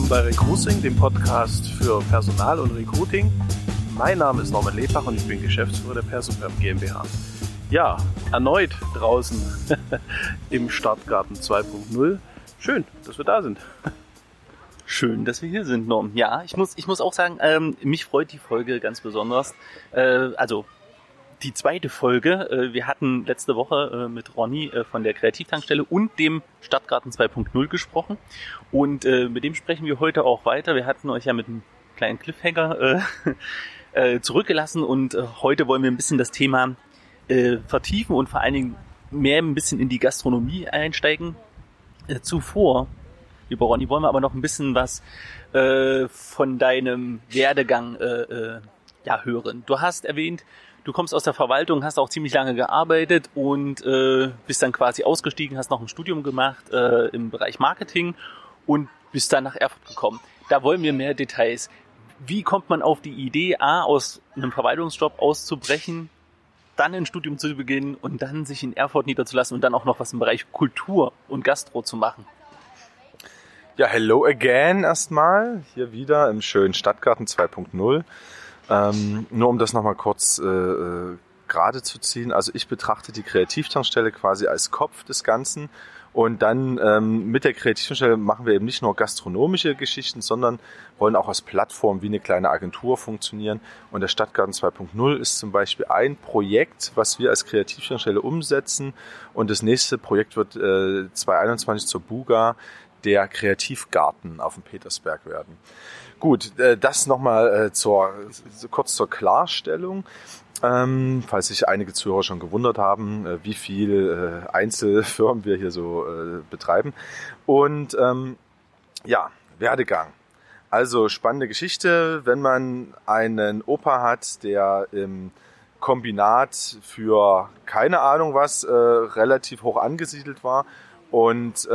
willkommen bei Recruiting, dem Podcast für Personal und Recruiting. Mein Name ist Norman Lebach und ich bin Geschäftsführer der Persoperm GmbH. Ja, erneut draußen im Stadtgarten 2.0. Schön, dass wir da sind. Schön, dass wir hier sind, Norm. Ja, ich muss auch sagen, mich freut die Folge ganz besonders. Also die zweite Folge. Wir hatten letzte Woche mit Ronny von der Kreativtankstelle und dem Stadtgarten 2.0 gesprochen. Und mit dem sprechen wir heute auch weiter. Wir hatten euch ja mit einem kleinen Cliffhanger zurückgelassen und heute wollen wir ein bisschen das Thema vertiefen und vor allen Dingen mehr ein bisschen in die Gastronomie einsteigen. Zuvor, lieber Ronny, wollen wir aber noch ein bisschen was von deinem Werdegang hören. Du hast erwähnt, du kommst aus der Verwaltung, hast auch ziemlich lange gearbeitet und bist dann quasi ausgestiegen, hast noch ein Studium gemacht im Bereich Marketing und bist dann nach Erfurt gekommen. Da wollen wir mehr Details. Wie kommt man auf die Idee, aus einem Verwaltungsjob auszubrechen, dann ein Studium zu beginnen und dann sich in Erfurt niederzulassen und dann auch noch was im Bereich Kultur und Gastro zu machen? Ja, hello again erstmal, hier wieder im schönen Stadtgarten 2.0. Nur um das nochmal kurz gerade zu ziehen, also ich betrachte die Kreativtankstelle quasi als Kopf des Ganzen und dann mit der Kreativtankstelle machen wir eben nicht nur gastronomische Geschichten, sondern wollen auch als Plattform wie eine kleine Agentur funktionieren und der Stadtgarten 2.0 ist zum Beispiel ein Projekt, was wir als Kreativtankstelle umsetzen und das nächste Projekt wird 2021 zur Buga der Kreativgarten auf dem Petersberg werden. Gut, das nochmal kurz zur Klarstellung, falls sich einige Zuhörer schon gewundert haben, wie viel Einzelfirmen wir hier so betreiben. Und Werdegang. Also spannende Geschichte, wenn man einen Opa hat, der im Kombinat für keine Ahnung was relativ hoch angesiedelt war und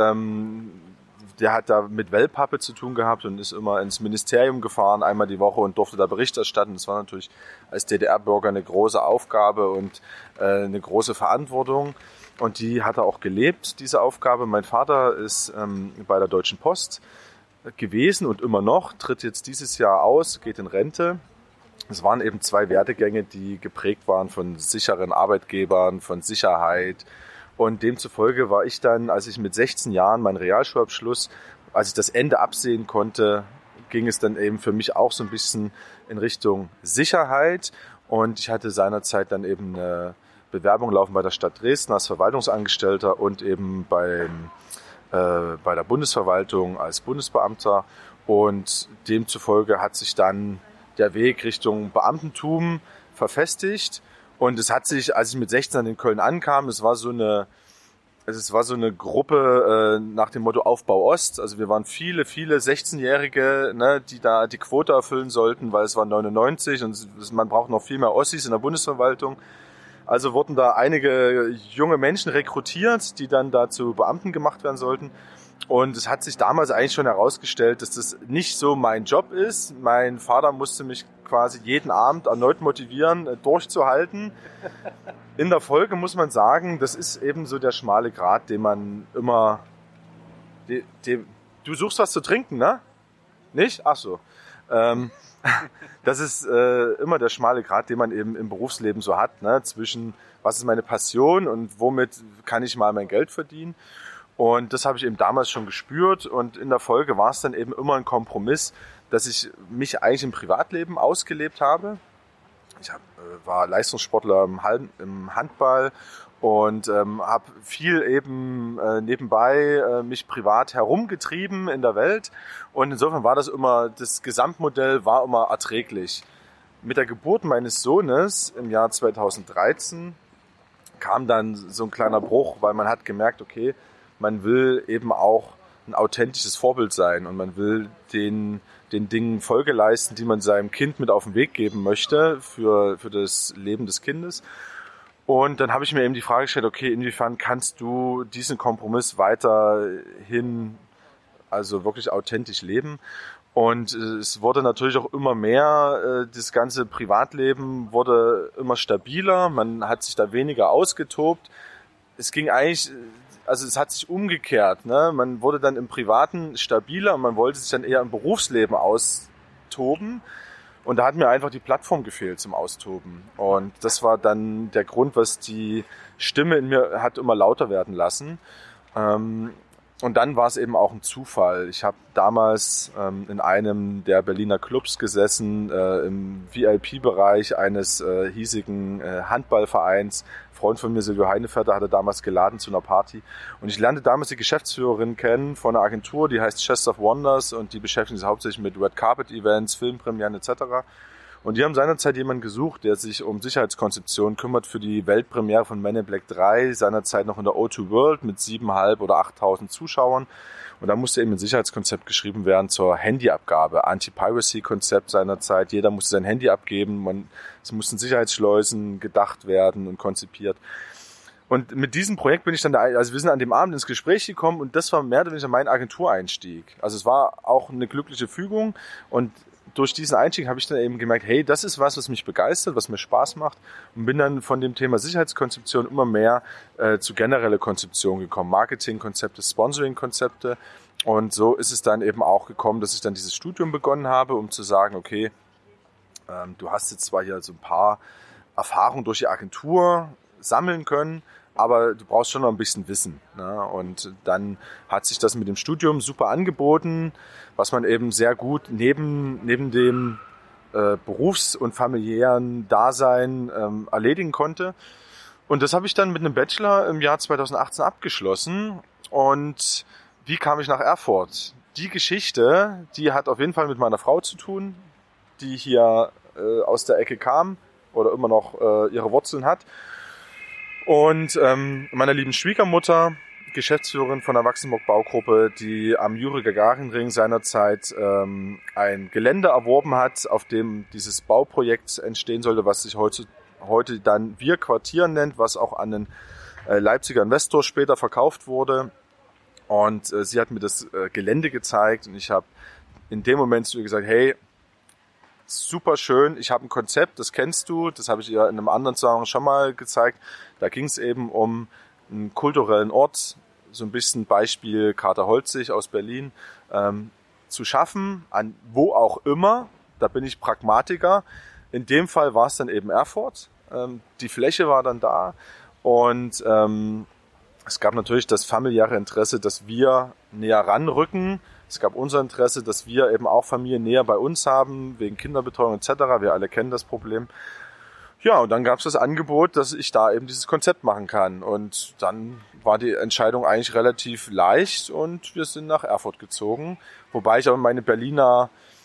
der hat da mit Wellpappe zu tun gehabt und ist immer ins Ministerium gefahren, einmal die Woche und durfte da Bericht erstatten. Das war natürlich als DDR-Bürger eine große Aufgabe und eine große Verantwortung. Und die hat er auch gelebt, diese Aufgabe. Mein Vater ist bei der Deutschen Post gewesen und immer noch, tritt jetzt dieses Jahr aus, geht in Rente. Es waren eben zwei Werdegänge, die geprägt waren von sicheren Arbeitgebern, von Sicherheit. Und demzufolge war ich dann, als ich mit 16 Jahren meinen Realschulabschluss, als ich das Ende absehen konnte, ging es dann eben für mich auch so ein bisschen in Richtung Sicherheit. Und ich hatte seinerzeit dann eben eine Bewerbung laufen bei der Stadt Dresden als Verwaltungsangestellter und eben bei der Bundesverwaltung als Bundesbeamter. Und demzufolge hat sich dann der Weg Richtung Beamtentum verfestigt. Und es hat sich, als ich mit 16 in Köln ankam, es war so eine Gruppe nach dem Motto Aufbau Ost. Also wir waren viele 16-Jährige, ne, die da die Quote erfüllen sollten, weil es war 99 und man braucht noch viel mehr Ossis in der Bundesverwaltung. Also wurden da einige junge Menschen rekrutiert, die dann da zu Beamten gemacht werden sollten. Und es hat sich damals eigentlich schon herausgestellt, dass das nicht so mein Job ist. Mein Vater musste mich quasi jeden Abend erneut motivieren, durchzuhalten. In der Folge muss man sagen, das ist eben so der schmale Grat, den man immer... Du suchst was zu trinken, ne? Nicht? Ach so. Das ist immer der schmale Grat, den man eben im Berufsleben so hat, ne? Zwischen was ist meine Passion und womit kann ich mal mein Geld verdienen. Und das habe ich eben damals schon gespürt und in der Folge war es dann eben immer ein Kompromiss, dass ich mich eigentlich im Privatleben ausgelebt habe. Ich war Leistungssportler im Handball und habe viel eben nebenbei mich privat herumgetrieben in der Welt und insofern war das Gesamtmodell war immer erträglich. Mit der Geburt meines Sohnes im Jahr 2013 kam dann so ein kleiner Bruch, weil man hat gemerkt, okay, man will eben auch ein authentisches Vorbild sein und man will den Dingen Folge leisten, die man seinem Kind mit auf den Weg geben möchte für das Leben des Kindes. Und dann habe ich mir eben die Frage gestellt, okay, inwiefern kannst du diesen Kompromiss weiterhin also wirklich authentisch leben? Und es wurde natürlich auch immer mehr, das ganze Privatleben wurde immer stabiler, man hat sich da weniger ausgetobt. Es ging eigentlich also es hat sich umgekehrt. Ne? Man wurde dann im Privaten stabiler und man wollte sich dann eher im Berufsleben austoben. Und da hat mir einfach die Plattform gefehlt zum Austoben. Und das war dann der Grund, was die Stimme in mir hat immer lauter werden lassen. Und dann war es eben auch ein Zufall. Ich habe damals in einem der Berliner Clubs gesessen, im VIP-Bereich eines hiesigen Handballvereins. Ein Freund von mir, Silvio Heinevetter, hatte damals geladen zu einer Party. Und ich lernte damals die Geschäftsführerin kennen von einer Agentur, die heißt Chest of Wonders und die beschäftigen sich hauptsächlich mit Red Carpet Events, Filmpremieren etc. Und die haben seinerzeit jemanden gesucht, der sich um Sicherheitskonzeption kümmert für die Weltpremiere von Men in Black 3, seinerzeit noch in der O2 World mit 7.500 oder 8.000 Zuschauern. Und da musste eben ein Sicherheitskonzept geschrieben werden zur Handyabgabe, Anti-Piracy-Konzept seinerzeit. Jeder musste sein Handy abgeben, es mussten Sicherheitsschleusen gedacht werden und konzipiert. Und mit diesem Projekt bin ich dann wir sind an dem Abend ins Gespräch gekommen und das war mehr oder weniger mein Agentureinstieg. Also es war auch eine glückliche Fügung und durch diesen Einstieg habe ich dann eben gemerkt, hey, das ist was mich begeistert, was mir Spaß macht und bin dann von dem Thema Sicherheitskonzeption immer mehr zu generelle Konzeption gekommen. Marketingkonzepte, Sponsoring-Konzepte und so ist es dann eben auch gekommen, dass ich dann dieses Studium begonnen habe, um zu sagen, okay, du hast jetzt zwar hier so ein paar Erfahrungen durch die Agentur sammeln können, aber du brauchst schon noch ein bisschen Wissen. Ne? Und dann hat sich das mit dem Studium super angeboten, was man eben sehr gut neben dem berufs- und familiären Dasein erledigen konnte. Und das habe ich dann mit einem Bachelor im Jahr 2018 abgeschlossen. Und wie kam ich nach Erfurt? Die Geschichte, die hat auf jeden Fall mit meiner Frau zu tun, die hier aus der Ecke kam oder immer noch ihre Wurzeln hat. Und meiner lieben Schwiegermutter, Geschäftsführerin von der Wachsenburg Baugruppe, die am Juri-Gagarin-Ring seinerzeit ein Gelände erworben hat, auf dem dieses Bauprojekt entstehen sollte, was sich heute dann Wir Quartier nennt, was auch an einen Leipziger Investor später verkauft wurde. Und sie hat mir das Gelände gezeigt und ich habe in dem Moment zu ihr gesagt, hey, super schön, ich habe ein Konzept, das kennst du, das habe ich ihr in einem anderen Zusammenhang schon mal gezeigt. Da ging es eben um einen kulturellen Ort, so ein bisschen Beispiel Kater-Holzig aus Berlin, zu schaffen, an wo auch immer, da bin ich Pragmatiker. In dem Fall war es dann eben Erfurt, die Fläche war dann da und es gab natürlich das familiäre Interesse, dass wir näher ranrücken. Es gab unser Interesse, dass wir eben auch Familien näher bei uns haben, wegen Kinderbetreuung etc. Wir alle kennen das Problem. Ja, und dann gab es das Angebot, dass ich da eben dieses Konzept machen kann. Und dann war die Entscheidung eigentlich relativ leicht und wir sind nach Erfurt gezogen. Wobei ich auch meine Berliner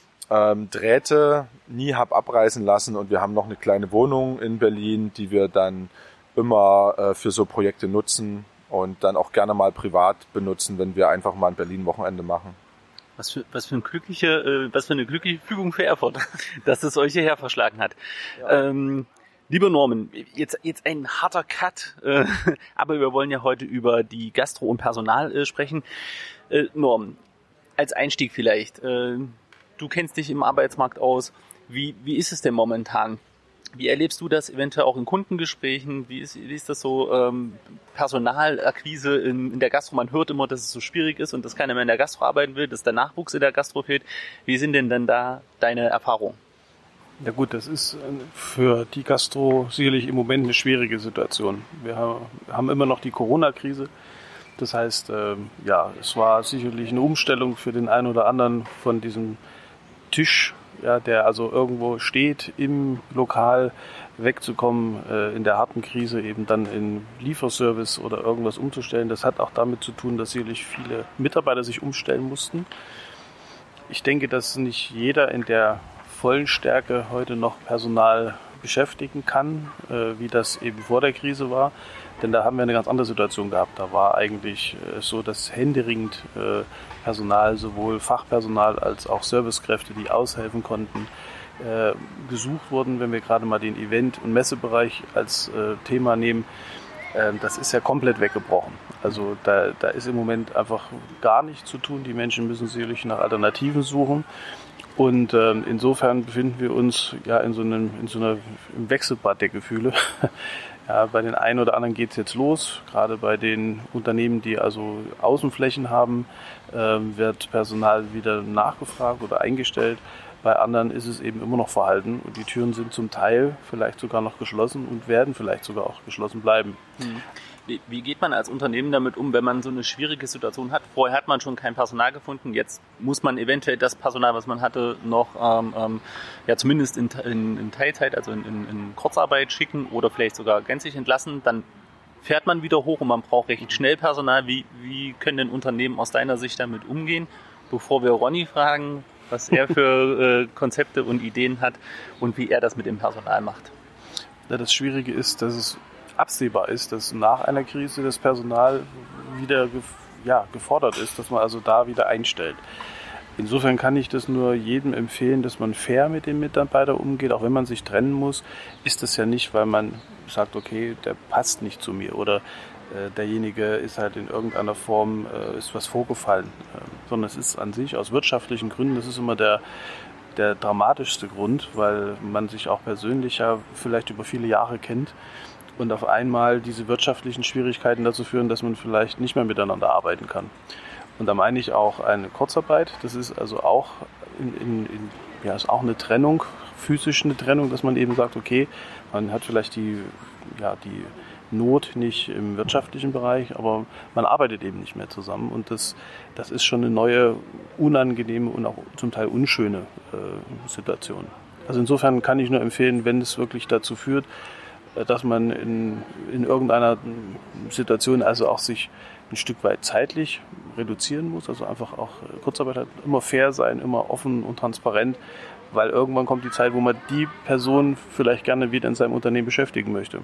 Drähte nie habe abreißen lassen. Und wir haben noch eine kleine Wohnung in Berlin, die wir dann immer für so Projekte nutzen und dann auch gerne mal privat benutzen, wenn wir einfach mal ein Berlin-Wochenende machen. Was für eine glückliche Fügung für Erfurt, dass es euch hierher verschlagen hat. Ja. Lieber Norman, jetzt ein harter Cut, aber wir wollen ja heute über die Gastro und Personal sprechen. Norman, als Einstieg vielleicht, du kennst dich im Arbeitsmarkt aus. Wie ist es denn momentan? Wie erlebst du das eventuell auch in Kundengesprächen? Wie ist das so, Personalakquise in der Gastro? Man hört immer, dass es so schwierig ist und dass keiner mehr in der Gastro arbeiten will, dass der Nachwuchs in der Gastro fehlt. Wie sind denn dann da deine Erfahrungen? Ja gut, das ist für die Gastro sicherlich im Moment eine schwierige Situation. Wir haben immer noch die Corona-Krise. Das heißt, es war sicherlich eine Umstellung für den einen oder anderen von diesem Tisch, ja, der also irgendwo steht im Lokal, wegzukommen, in der harten Krise eben dann in Lieferservice oder irgendwas umzustellen. Das hat auch damit zu tun, dass sicherlich viele Mitarbeiter sich umstellen mussten. Ich denke, dass nicht jeder in der vollen Stärke heute noch Personal beschäftigen kann, wie das eben vor der Krise war. Denn da haben wir eine ganz andere Situation gehabt. Da war eigentlich so, dass händeringend Personal, sowohl Fachpersonal als auch Servicekräfte, die aushelfen konnten, gesucht wurden. Wenn wir gerade mal den Event- und Messebereich als Thema nehmen, das ist ja komplett weggebrochen. Also da ist im Moment einfach gar nichts zu tun. Die Menschen müssen sicherlich nach Alternativen suchen. Und insofern befinden wir uns ja in so einem im Wechselbad der Gefühle. Ja, bei den einen oder anderen geht es jetzt los. Gerade bei den Unternehmen, die also Außenflächen haben, wird Personal wieder nachgefragt oder eingestellt. Bei anderen ist es eben immer noch verhalten und die Türen sind zum Teil vielleicht sogar noch geschlossen und werden vielleicht sogar auch geschlossen bleiben. Wie geht man als Unternehmen damit um, wenn man so eine schwierige Situation hat? Vorher hat man schon kein Personal gefunden, jetzt muss man eventuell das Personal, was man hatte, noch ja zumindest in Teilzeit, also in Kurzarbeit schicken oder vielleicht sogar gänzlich entlassen. Dann fährt man wieder hoch und man braucht recht schnell Personal. Wie können denn Unternehmen aus deiner Sicht damit umgehen? Bevor wir Ronny fragen, was er für Konzepte und Ideen hat und wie er das mit dem Personal macht. Ja, das Schwierige ist, dass es absehbar ist, dass nach einer Krise das Personal wieder gefordert ist, dass man also da wieder einstellt. Insofern kann ich das nur jedem empfehlen, dass man fair mit dem Mitarbeiter umgeht. Auch wenn man sich trennen muss, ist das ja nicht, weil man sagt, okay, der passt nicht zu mir oder derjenige ist halt in irgendeiner Form, ist was vorgefallen. Sondern es ist an sich aus wirtschaftlichen Gründen, das ist immer der dramatischste Grund, weil man sich auch persönlich ja vielleicht über viele Jahre kennt. Und auf einmal diese wirtschaftlichen Schwierigkeiten dazu führen, dass man vielleicht nicht mehr miteinander arbeiten kann. Und da meine ich auch eine Kurzarbeit. Das ist also auch ist auch eine Trennung, physisch eine Trennung, dass man eben sagt, okay, man hat vielleicht die Not nicht im wirtschaftlichen Bereich, aber man arbeitet eben nicht mehr zusammen. Und das ist schon eine neue, unangenehme und auch zum Teil unschöne Situation. Also insofern kann ich nur empfehlen, wenn es wirklich dazu führt, dass man in irgendeiner Situation also auch sich ein Stück weit zeitlich reduzieren muss, also einfach auch Kurzarbeit hat, immer fair sein, immer offen und transparent, weil irgendwann kommt die Zeit, wo man die Person vielleicht gerne wieder in seinem Unternehmen beschäftigen möchte.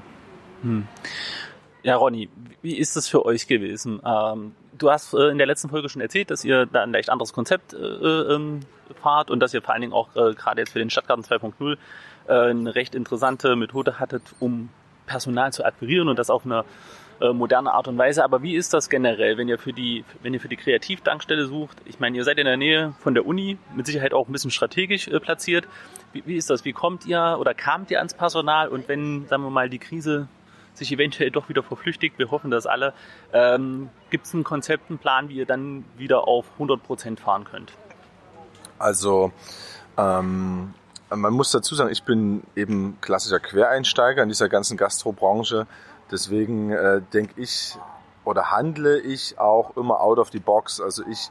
Ja, Ronny, wie ist das für euch gewesen? Du hast in der letzten Folge schon erzählt, dass ihr da ein leicht anderes Konzept fahrt und dass ihr vor allen Dingen auch gerade jetzt für den Stadtgarten 2.0 eine recht interessante Methode hattet, um Personal zu akquirieren und das auf eine moderne Art und Weise. Aber wie ist das generell, wenn ihr für die Kreativtankstelle sucht? Ich meine, ihr seid in der Nähe von der Uni, mit Sicherheit auch ein bisschen strategisch platziert. Wie ist das? Wie kamt ihr ans Personal? Und wenn, sagen wir mal, die Krise sich eventuell doch wieder verflüchtigt, wir hoffen das alle, gibt es ein Konzept, einen Plan, wie ihr dann wieder auf 100% fahren könnt? Also, man muss dazu sagen, ich bin eben klassischer Quereinsteiger in dieser ganzen Gastrobranche. Deswegen denke ich oder handle ich auch immer out of the box. Also ich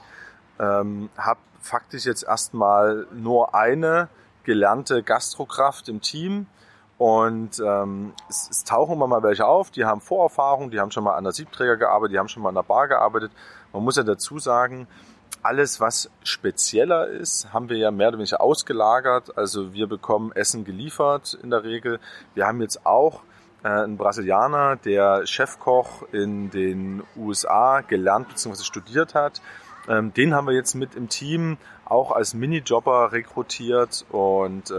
habe faktisch jetzt erstmal nur eine gelernte Gastrokraft im Team. Und es tauchen immer mal welche auf, die haben Vorerfahrung, die haben schon mal an der Siebträger gearbeitet, die haben schon mal an der Bar gearbeitet. Man muss ja dazu sagen, alles, was spezieller ist, haben wir ja mehr oder weniger ausgelagert. Also wir bekommen Essen geliefert in der Regel. Wir haben jetzt auch einen Brasilianer, der Chefkoch in den USA gelernt bzw. studiert hat. Den haben wir jetzt mit im Team auch als Minijobber rekrutiert. Und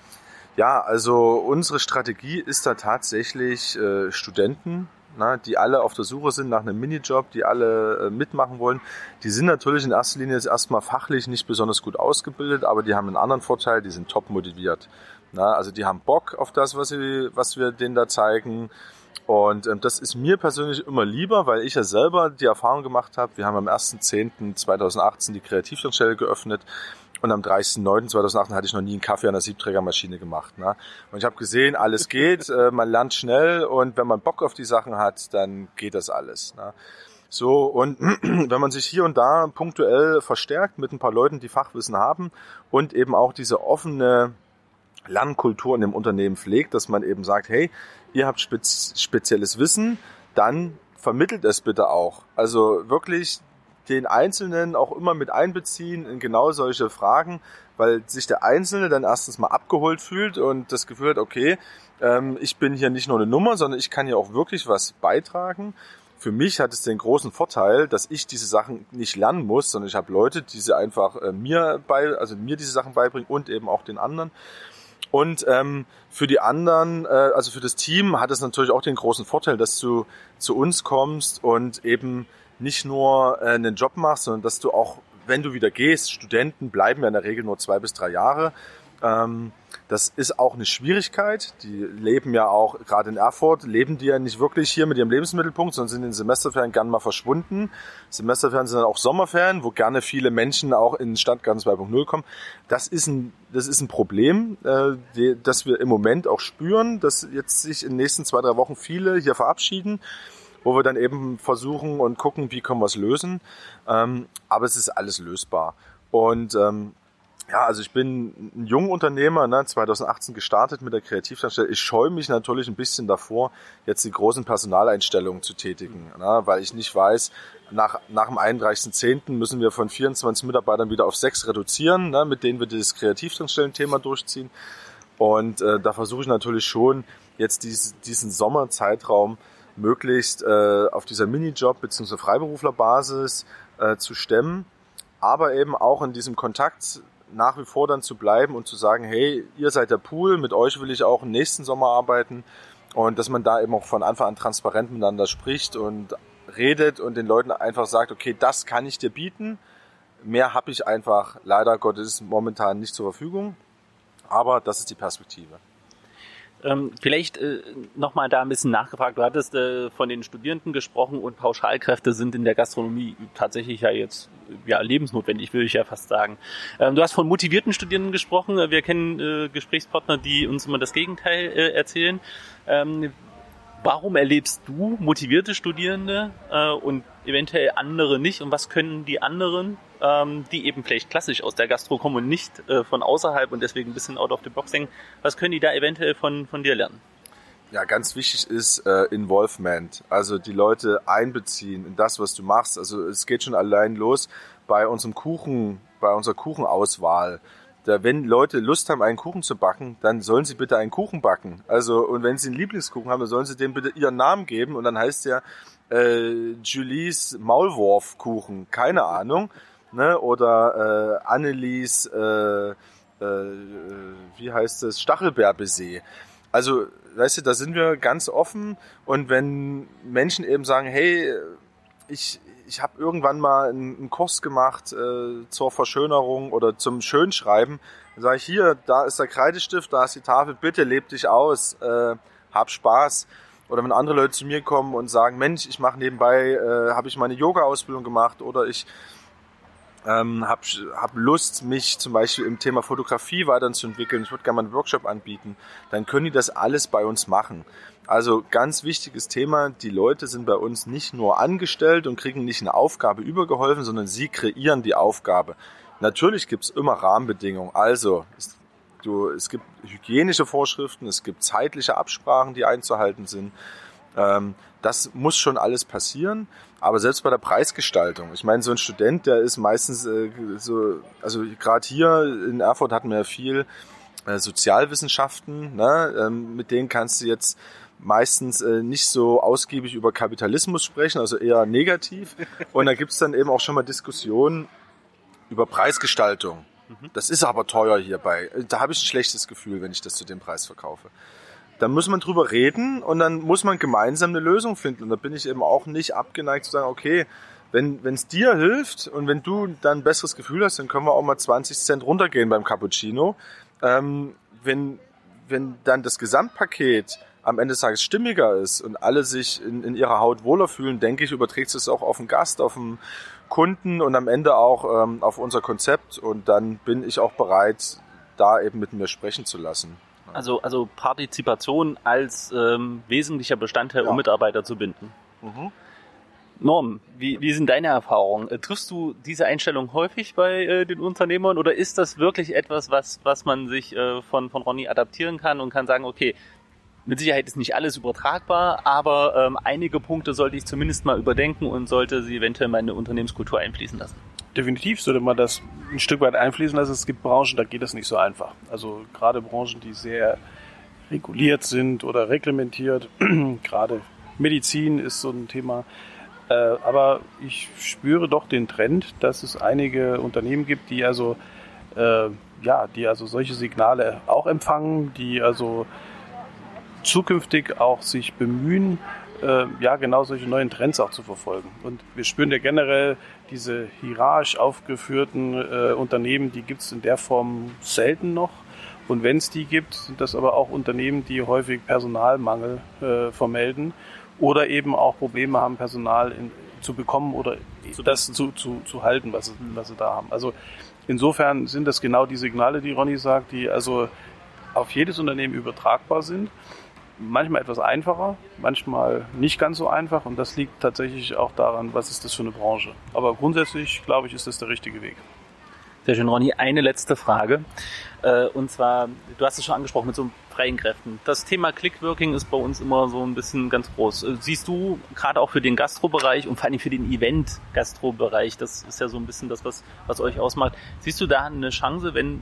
ja, also unsere Strategie ist da tatsächlich Studenten, die alle auf der Suche sind nach einem Minijob, die alle mitmachen wollen. Die sind natürlich in erster Linie jetzt erstmal fachlich nicht besonders gut ausgebildet, aber die haben einen anderen Vorteil, die sind top motiviert. Also die haben Bock auf das, was wir denen da zeigen. Und das ist mir persönlich immer lieber, weil ich ja selber die Erfahrung gemacht habe, wir haben am 1.10.2018 die Kreativtankstelle geöffnet. Und am 30.09.2008 hatte ich noch nie einen Kaffee an der Siebträgermaschine gemacht. Und ich habe gesehen, alles geht, man lernt schnell und wenn man Bock auf die Sachen hat, dann geht das alles. So, und wenn man sich hier und da punktuell verstärkt mit ein paar Leuten, die Fachwissen haben und eben auch diese offene Lernkultur in dem Unternehmen pflegt, dass man eben sagt, hey, ihr habt spezielles Wissen, dann vermittelt es bitte auch. Also wirklich den Einzelnen auch immer mit einbeziehen in genau solche Fragen, weil sich der Einzelne dann erstens mal abgeholt fühlt und das Gefühl hat, okay, ich bin hier nicht nur eine Nummer, sondern ich kann hier auch wirklich was beitragen. Für mich hat es den großen Vorteil, dass ich diese Sachen nicht lernen muss, sondern ich habe Leute, die sie einfach mir diese Sachen beibringen und eben auch den anderen. Und für die anderen, also für das Team, hat es natürlich auch den großen Vorteil, dass du zu uns kommst und eben nicht nur einen Job machst, sondern dass du auch wenn du wieder gehst, Studenten bleiben ja in der Regel nur 2 bis 3 Jahre. Das ist auch eine Schwierigkeit. Die leben ja auch, gerade in Erfurt, leben die ja nicht wirklich hier mit ihrem Lebensmittelpunkt, sondern sind in den Semesterferien gerne mal verschwunden. Semesterferien sind dann auch Sommerferien, wo gerne viele Menschen auch in Stadtgarten 2.0 kommen. Das ist ein Problem, das wir im Moment auch spüren, dass jetzt sich in den nächsten 2-3 Wochen viele hier verabschieden, wo wir dann eben versuchen und gucken, wie können wir es lösen. Aber es ist alles lösbar. Und ja, also ich bin ein junger Unternehmer, 2018 gestartet mit der Kreativtankstelle. Ich scheue mich natürlich ein bisschen davor, jetzt die großen Personaleinstellungen zu tätigen, weil ich nicht weiß, nach dem 31.10. müssen wir von 24 Mitarbeitern wieder auf 6 reduzieren, mit denen wir das Kreativtankstellen-Thema durchziehen. Und da versuche ich natürlich schon, jetzt diesen Sommerzeitraum möglichst auf dieser Minijob- bzw. Freiberuflerbasis zu stemmen, aber eben auch in diesem Kontakt nach wie vor dann zu bleiben und zu sagen, hey, ihr seid der Pool, mit euch will ich auch im nächsten Sommer arbeiten, und dass man da eben auch von Anfang an transparent miteinander spricht und redet und den Leuten einfach sagt, okay, das kann ich dir bieten, mehr habe ich einfach leider Gottes momentan nicht zur Verfügung, aber das ist die Perspektive. Vielleicht nochmal da ein bisschen nachgefragt. Du hattest von den Studierenden gesprochen, und Pauschalkräfte sind in der Gastronomie tatsächlich ja jetzt lebensnotwendig, würde ich ja fast sagen. Du hast von motivierten Studierenden gesprochen. Wir kennen Gesprächspartner, die uns immer das Gegenteil erzählen. Warum erlebst du motivierte Studierende und eventuell andere nicht? Und was können die anderen, die eben vielleicht klassisch aus der Gastro kommen und nicht von außerhalb und deswegen ein bisschen out of the box denken, was können die da eventuell von dir lernen? Ja, ganz wichtig ist Involvement, also die Leute einbeziehen in das, was du machst. Also es geht schon allein los bei unserer Kuchenauswahl. Wenn Leute Lust haben, einen Kuchen zu backen, dann sollen sie bitte einen Kuchen backen. Also, und wenn sie einen Lieblingskuchen haben, dann sollen sie dem bitte ihren Namen geben, und dann heißt der Julies Maulwurfkuchen, keine Ahnung, oder Annelies, wie heißt das, Stachelbeerbaiser. Also, weißt du, da sind wir ganz offen, und wenn Menschen eben sagen, hey, ich habe irgendwann mal einen Kurs gemacht zur Verschönerung oder zum Schönschreiben. Dann sage ich, hier, da ist der Kreidestift, da ist die Tafel, bitte leb dich aus, hab Spaß. Oder wenn andere Leute zu mir kommen und sagen, Mensch, ich mache nebenbei, habe ich meine Yoga-Ausbildung gemacht, oder ich hab Lust, mich zum Beispiel im Thema Fotografie weiterzuentwickeln, ich würde gerne mal einen Workshop anbieten, dann können die das alles bei uns machen. Also ganz wichtiges Thema, die Leute sind bei uns nicht nur angestellt und kriegen nicht eine Aufgabe übergeholfen, sondern sie kreieren die Aufgabe. Natürlich gibt es immer Rahmenbedingungen, also es gibt hygienische Vorschriften, es gibt zeitliche Absprachen, die einzuhalten sind. Das muss schon alles passieren, aber selbst bei der Preisgestaltung. Ich meine, so ein Student, der ist meistens also gerade hier in Erfurt hatten wir ja viel Sozialwissenschaften, mit denen kannst du jetzt meistens nicht so ausgiebig über Kapitalismus sprechen, also eher negativ. Und da gibt's dann eben auch schon mal Diskussionen über Preisgestaltung. Das ist aber teuer hierbei. Da habe ich ein schlechtes Gefühl, wenn ich das zu dem Preis verkaufe. Da muss man drüber reden, und dann muss man gemeinsam eine Lösung finden. Und da bin ich eben auch nicht abgeneigt zu sagen, okay, wenn es dir hilft und wenn du dann ein besseres Gefühl hast, dann können wir auch mal 20 Cent runtergehen beim Cappuccino. Wenn dann das Gesamtpaket am Ende des Tages stimmiger ist und alle sich in ihrer Haut wohler fühlen, denke ich, überträgt es auch auf den Gast, auf den Kunden und am Ende auch auf unser Konzept. Und dann bin ich auch bereit, da eben mit mir sprechen zu lassen. Also Partizipation als wesentlicher Bestandteil, um Mitarbeiter zu binden. Mhm. Norm, wie sind deine Erfahrungen? Triffst du diese Einstellung häufig bei den Unternehmern, oder ist das wirklich etwas, was man sich von Ronny adaptieren kann und kann sagen, okay, mit Sicherheit ist nicht alles übertragbar, aber einige Punkte sollte ich zumindest mal überdenken und sollte sie eventuell in meine Unternehmenskultur einfließen lassen? Definitiv sollte man das ein Stück weit einfließen lassen. Es gibt Branchen, da geht das nicht so einfach. Also gerade Branchen, die sehr reguliert sind oder reglementiert. Gerade Medizin ist so ein Thema. Aber ich spüre doch den Trend, dass es einige Unternehmen gibt, die also solche Signale auch empfangen, die also zukünftig auch sich bemühen, genau solche neuen Trends auch zu verfolgen. Und wir spüren ja generell diese hierarchisch aufgeführten Unternehmen, die gibt es in der Form selten noch. Und wenn es die gibt, sind das aber auch Unternehmen, die häufig Personalmangel vermelden oder eben auch Probleme haben, Personal zu bekommen oder das zu halten, was sie da haben. Also insofern sind das genau die Signale, die Ronny sagt, die also auf jedes Unternehmen übertragbar sind. Manchmal etwas einfacher, manchmal nicht ganz so einfach und das liegt tatsächlich auch daran, was ist das für eine Branche. Aber grundsätzlich, glaube ich, ist das der richtige Weg. Sehr schön, Ronny. Eine letzte Frage. Und zwar, du hast es schon angesprochen mit so freien Kräften. Das Thema Clickworking ist bei uns immer so ein bisschen ganz groß. Siehst du gerade auch für den Gastrobereich und vor allem für den Event-Gastrobereich, das ist ja so ein bisschen das, was euch ausmacht. Siehst du da eine Chance, wenn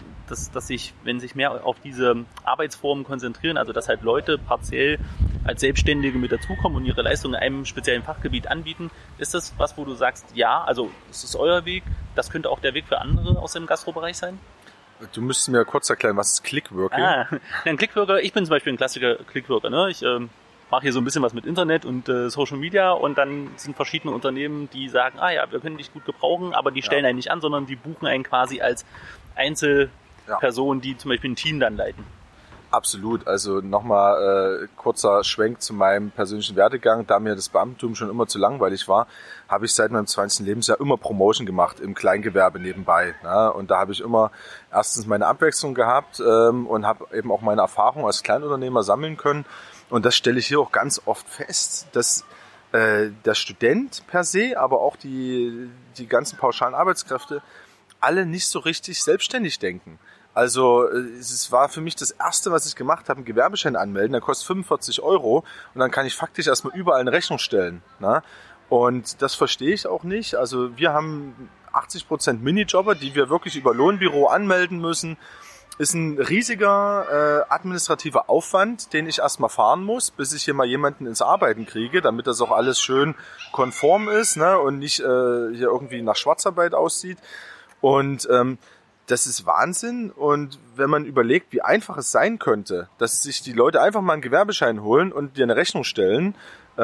sich mehr auf diese Arbeitsformen konzentrieren, also dass halt Leute partiell als Selbstständige mit dazukommen und ihre Leistungen in einem speziellen Fachgebiet anbieten? Ist das was, wo du sagst, ja, also das ist euer Weg, das könnte auch der Weg für andere aus dem Gastrobereich sein? Du müsstest mir kurz erklären, was ist Clickworking? Ein Clickworker, ich bin zum Beispiel ein klassischer Clickworker. Ne? Ich mache hier so ein bisschen was mit Internet und Social Media und dann sind verschiedene Unternehmen, die sagen, wir können dich gut gebrauchen, aber die stellen einen nicht an, sondern die buchen einen quasi als Einzelperson, die zum Beispiel ein Team dann leiten. Absolut. Also nochmal kurzer Schwenk zu meinem persönlichen Werdegang. Da mir das Beamtentum schon immer zu langweilig war, habe ich seit meinem 20. Lebensjahr immer Promotion gemacht im Kleingewerbe nebenbei. Ja? Und da habe ich immer erstens meine Abwechslung gehabt und habe eben auch meine Erfahrung als Kleinunternehmer sammeln können. Und das stelle ich hier auch ganz oft fest, dass der Student per se, aber auch die ganzen pauschalen Arbeitskräfte alle nicht so richtig selbstständig denken. Also es war für mich das Erste, was ich gemacht habe, einen Gewerbeschein anmelden, der kostet 45 € und dann kann ich faktisch erstmal überall eine Rechnung stellen. Ne? Und das verstehe ich auch nicht. Also wir haben 80% Minijobber, die wir wirklich über Lohnbüro anmelden müssen. Ist ein riesiger administrativer Aufwand, den ich erstmal fahren muss, bis ich hier mal jemanden ins Arbeiten kriege, damit das auch alles schön konform ist, ne? Und nicht hier irgendwie nach Schwarzarbeit aussieht. Und das ist Wahnsinn und wenn man überlegt, wie einfach es sein könnte, dass sich die Leute einfach mal einen Gewerbeschein holen und dir eine Rechnung stellen,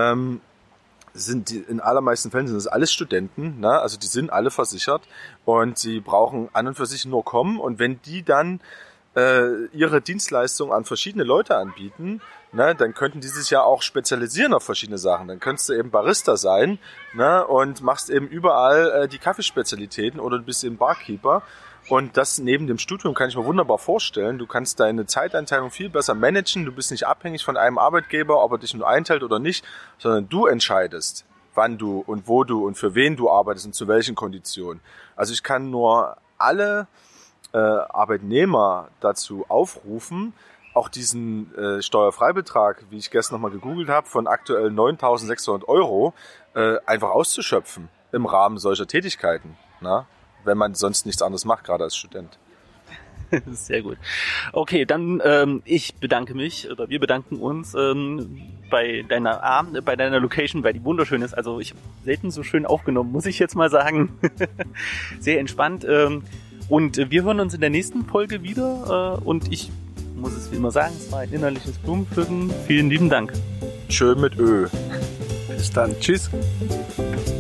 in allermeisten Fällen sind das alles Studenten, ne? Also die sind alle versichert und sie brauchen an und für sich nur kommen und wenn die dann ihre Dienstleistung an verschiedene Leute anbieten, ne, dann könnten die sich ja auch spezialisieren auf verschiedene Sachen. Dann könntest du eben Barista sein, ne, und machst eben überall die Kaffeespezialitäten oder du bist eben Barkeeper. Und das neben dem Studium kann ich mir wunderbar vorstellen. Du kannst deine Zeiteinteilung viel besser managen. Du bist nicht abhängig von einem Arbeitgeber, ob er dich nur einteilt oder nicht, sondern du entscheidest, wann du und wo du und für wen du arbeitest und zu welchen Konditionen. Also ich kann nur alle Arbeitnehmer dazu aufrufen, auch diesen Steuerfreibetrag, wie ich gestern nochmal gegoogelt habe, von aktuell 9.600 € einfach auszuschöpfen im Rahmen solcher Tätigkeiten, na? Wenn man sonst nichts anderes macht, gerade als Student. Sehr gut. Okay, dann ich bedanke mich, oder wir bedanken uns bei deiner Location, weil die wunderschön ist. Also ich habe selten so schön aufgenommen, muss ich jetzt mal sagen. Sehr entspannt. Und wir hören uns in der nächsten Folge wieder. Und ich muss es wie immer sagen, es war ein innerliches Blumenpflücken. Vielen lieben Dank. Schön mit Ö. Bis dann. Tschüss.